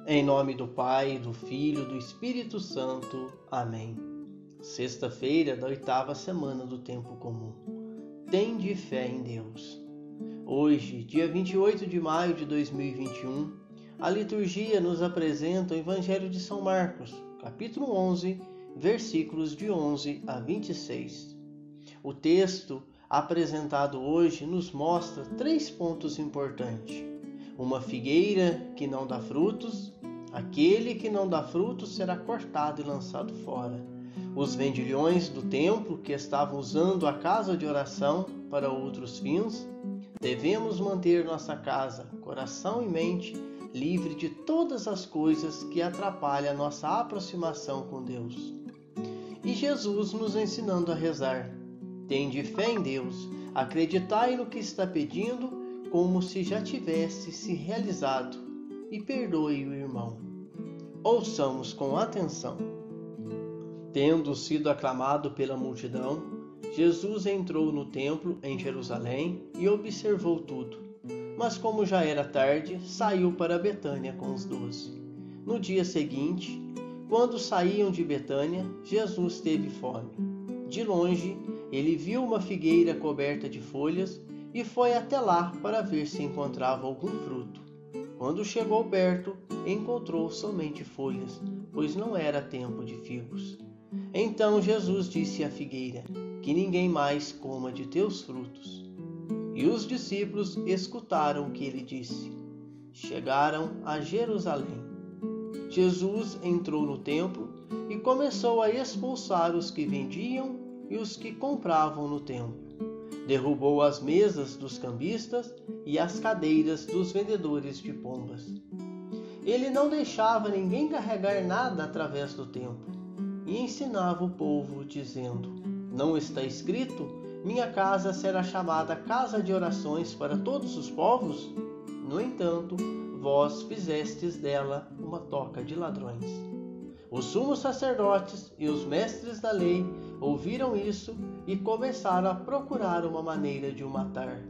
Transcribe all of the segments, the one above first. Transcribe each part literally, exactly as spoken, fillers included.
Em nome do Pai, do Filho e do Espírito Santo. Amém. Sexta-feira da oitava semana do Tempo Comum. Tende fé em Deus. Hoje, dia vinte e oito de maio de dois mil e vinte e um, a liturgia nos apresenta o Evangelho de São Marcos, capítulo onze, versículos de onze a vinte e seis. O texto apresentado hoje nos mostra três pontos importantes. Uma figueira que não dá frutos, aquele que não dá frutos será cortado e lançado fora. Os vendilhões do templo que estavam usando a casa de oração para outros fins. Devemos manter nossa casa, coração e mente livre de todas as coisas que atrapalham a nossa aproximação com Deus. E Jesus nos ensinando a rezar. Tende fé em Deus, acreditai no que está pedindo, como se já tivesse se realizado, e perdoe o irmão. Ouçamos com atenção. Tendo sido aclamado pela multidão, Jesus entrou no templo em Jerusalém e observou tudo. Mas como já era tarde, saiu para Betânia com os doze. No dia seguinte, quando saíam de Betânia, Jesus teve fome. De longe, ele viu uma figueira coberta de folhas e foi até lá para ver se encontrava algum fruto. Quando chegou perto, encontrou somente folhas, pois não era tempo de figos. Então Jesus disse à figueira: que ninguém mais coma de teus frutos. E os discípulos escutaram o que ele disse. Chegaram a Jerusalém. Jesus entrou no templo e começou a expulsar os que vendiam e os que compravam no templo. Derrubou as mesas dos cambistas e as cadeiras dos vendedores de pombas. Ele não deixava ninguém carregar nada através do templo e ensinava o povo, dizendo: não está escrito, minha casa será chamada casa de orações para todos os povos? No entanto, vós fizestes dela uma toca de ladrões. Os sumos sacerdotes e os mestres da lei ouviram isso e começaram a procurar uma maneira de o matar.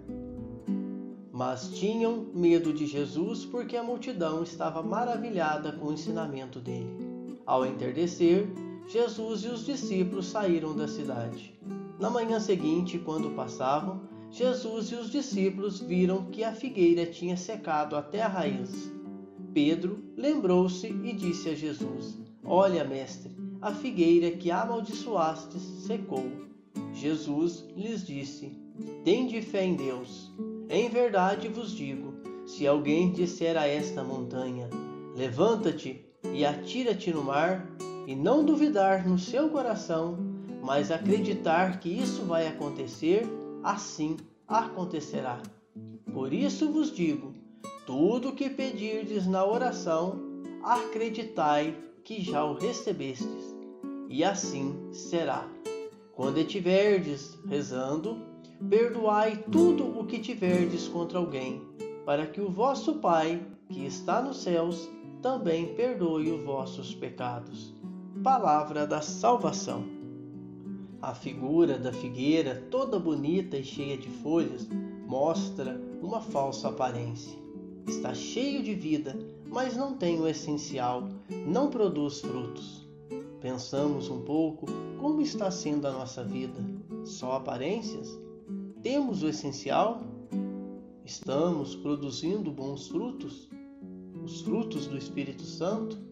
Mas tinham medo de Jesus porque a multidão estava maravilhada com o ensinamento dele. Ao entardecer, Jesus e os discípulos saíram da cidade. Na manhã seguinte, quando passavam, Jesus e os discípulos viram que a figueira tinha secado até a raiz. Pedro lembrou-se e disse a Jesus: olha, mestre, a figueira que amaldiçoastes secou. Jesus lhes disse: tende fé em Deus. Em verdade vos digo, se alguém disser a esta montanha: levanta-te e atira-te no mar, e não duvidar no seu coração, mas acreditar que isso vai acontecer, assim acontecerá. Por isso vos digo, tudo o que pedirdes na oração, acreditai que já o recebestes, e assim será. Quando estiverdes rezando, perdoai tudo o que tiverdes contra alguém, para que o vosso Pai, que está nos céus, também perdoe os vossos pecados. Palavra da salvação. A figura da figueira, toda bonita e cheia de folhas, mostra uma falsa aparência. Está cheio de vida, mas não tem o essencial, não produz frutos. Pensamos um pouco como está sendo a nossa vida. Só aparências? Temos o essencial? Estamos produzindo bons frutos? Os frutos do Espírito Santo?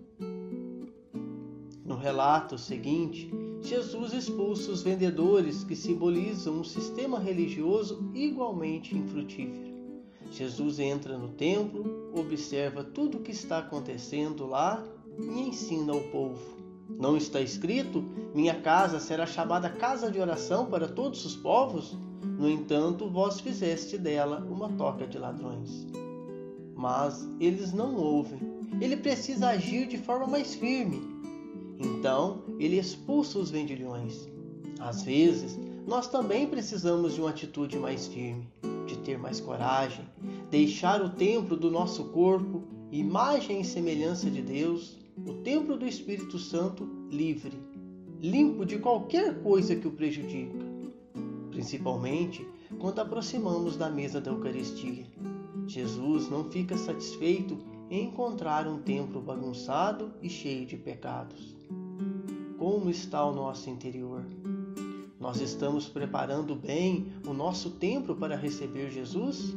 No relato seguinte, Jesus expulsa os vendedores que simbolizam um sistema religioso igualmente infrutífero. Jesus entra no templo, observa tudo o que está acontecendo lá e ensina ao povo. Não está escrito, minha casa será chamada casa de oração para todos os povos? No entanto, vós fizeste dela uma toca de ladrões. Mas eles não ouvem. Ele precisa agir de forma mais firme. Então, ele expulsa os vendilhões. Às vezes, nós também precisamos de uma atitude mais firme, de ter mais coragem, deixar o templo do nosso corpo, imagem e semelhança de Deus, o templo do Espírito Santo livre, limpo de qualquer coisa que o prejudica, principalmente quando aproximamos da mesa da Eucaristia. Jesus não fica satisfeito em encontrar um templo bagunçado e cheio de pecados. Como está o nosso interior? Nós estamos preparando bem o nosso templo para receber Jesus?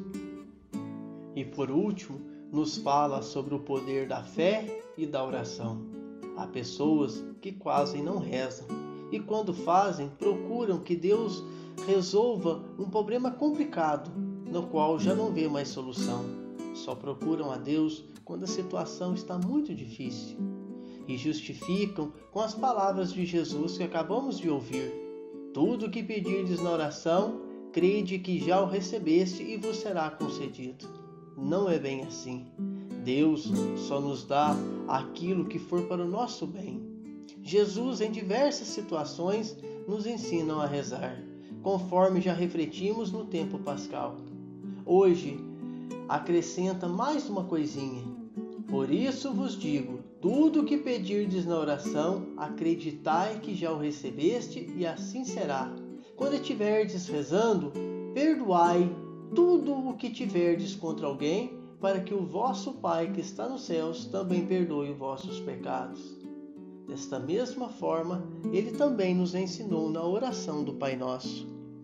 E por último, nos fala sobre o poder da fé e da oração. Há pessoas que quase não rezam e quando fazem, procuram que Deus resolva um problema complicado, no qual já não vê mais solução. Só procuram a Deus quando a situação está muito difícil e justificam com as palavras de Jesus que acabamos de ouvir. Tudo o que pedirdes na oração, crede que já o recebeste e vos será concedido. Não é bem assim. Deus só nos dá aquilo que for para o nosso bem. Jesus, em diversas situações, nos ensina a rezar, conforme já refletimos no tempo pascal. Hoje, acrescenta mais uma coisinha. Por isso vos digo, tudo o que pedirdes na oração, acreditai que já o recebeste e assim será. Quando estiverdes rezando, perdoai tudo o que tiverdes contra alguém, para que o vosso Pai que está nos céus também perdoe os vossos pecados. Desta mesma forma, ele também nos ensinou na oração do Pai Nosso.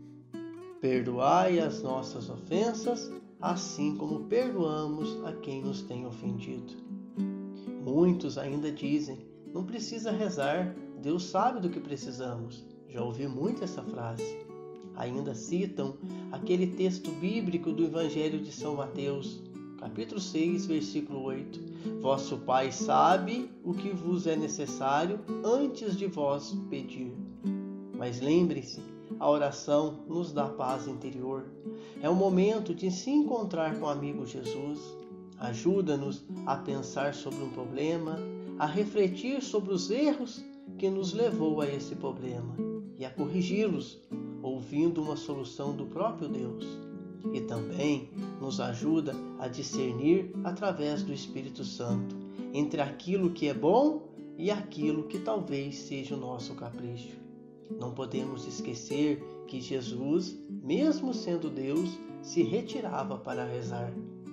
Perdoai as nossas ofensas, assim como perdoamos a quem nos tem ofendido. Muitos ainda dizem, não precisa rezar, Deus sabe do que precisamos. Já ouvi muito essa frase. Ainda citam aquele texto bíblico do Evangelho de São Mateus, capítulo seis, versículo oito. Vosso Pai sabe o que vos é necessário antes de vós pedir. Mas lembre-se, a oração nos dá paz interior. É o momento de se encontrar com o amigo Jesus. Ajuda-nos a pensar sobre um problema, a refletir sobre os erros que nos levou a esse problema e a corrigi-los, ouvindo uma solução do próprio Deus. E também nos ajuda a discernir através do Espírito Santo entre aquilo que é bom e aquilo que talvez seja o nosso capricho. Não podemos esquecer que Jesus, mesmo sendo Deus, se retirava para rezar.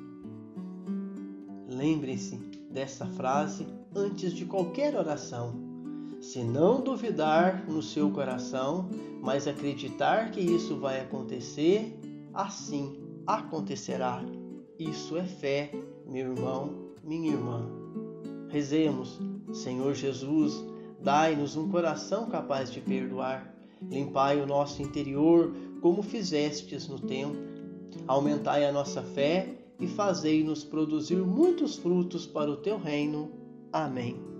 Lembre-se dessa frase antes de qualquer oração. Se não duvidar no seu coração, mas acreditar que isso vai acontecer, assim acontecerá. Isso é fé, meu irmão, minha irmã. Rezemos. Senhor Jesus, dai-nos um coração capaz de perdoar. Limpai o nosso interior, como fizestes no templo. Aumentai a nossa fé e fazei-nos produzir muitos frutos para o teu reino. Amém.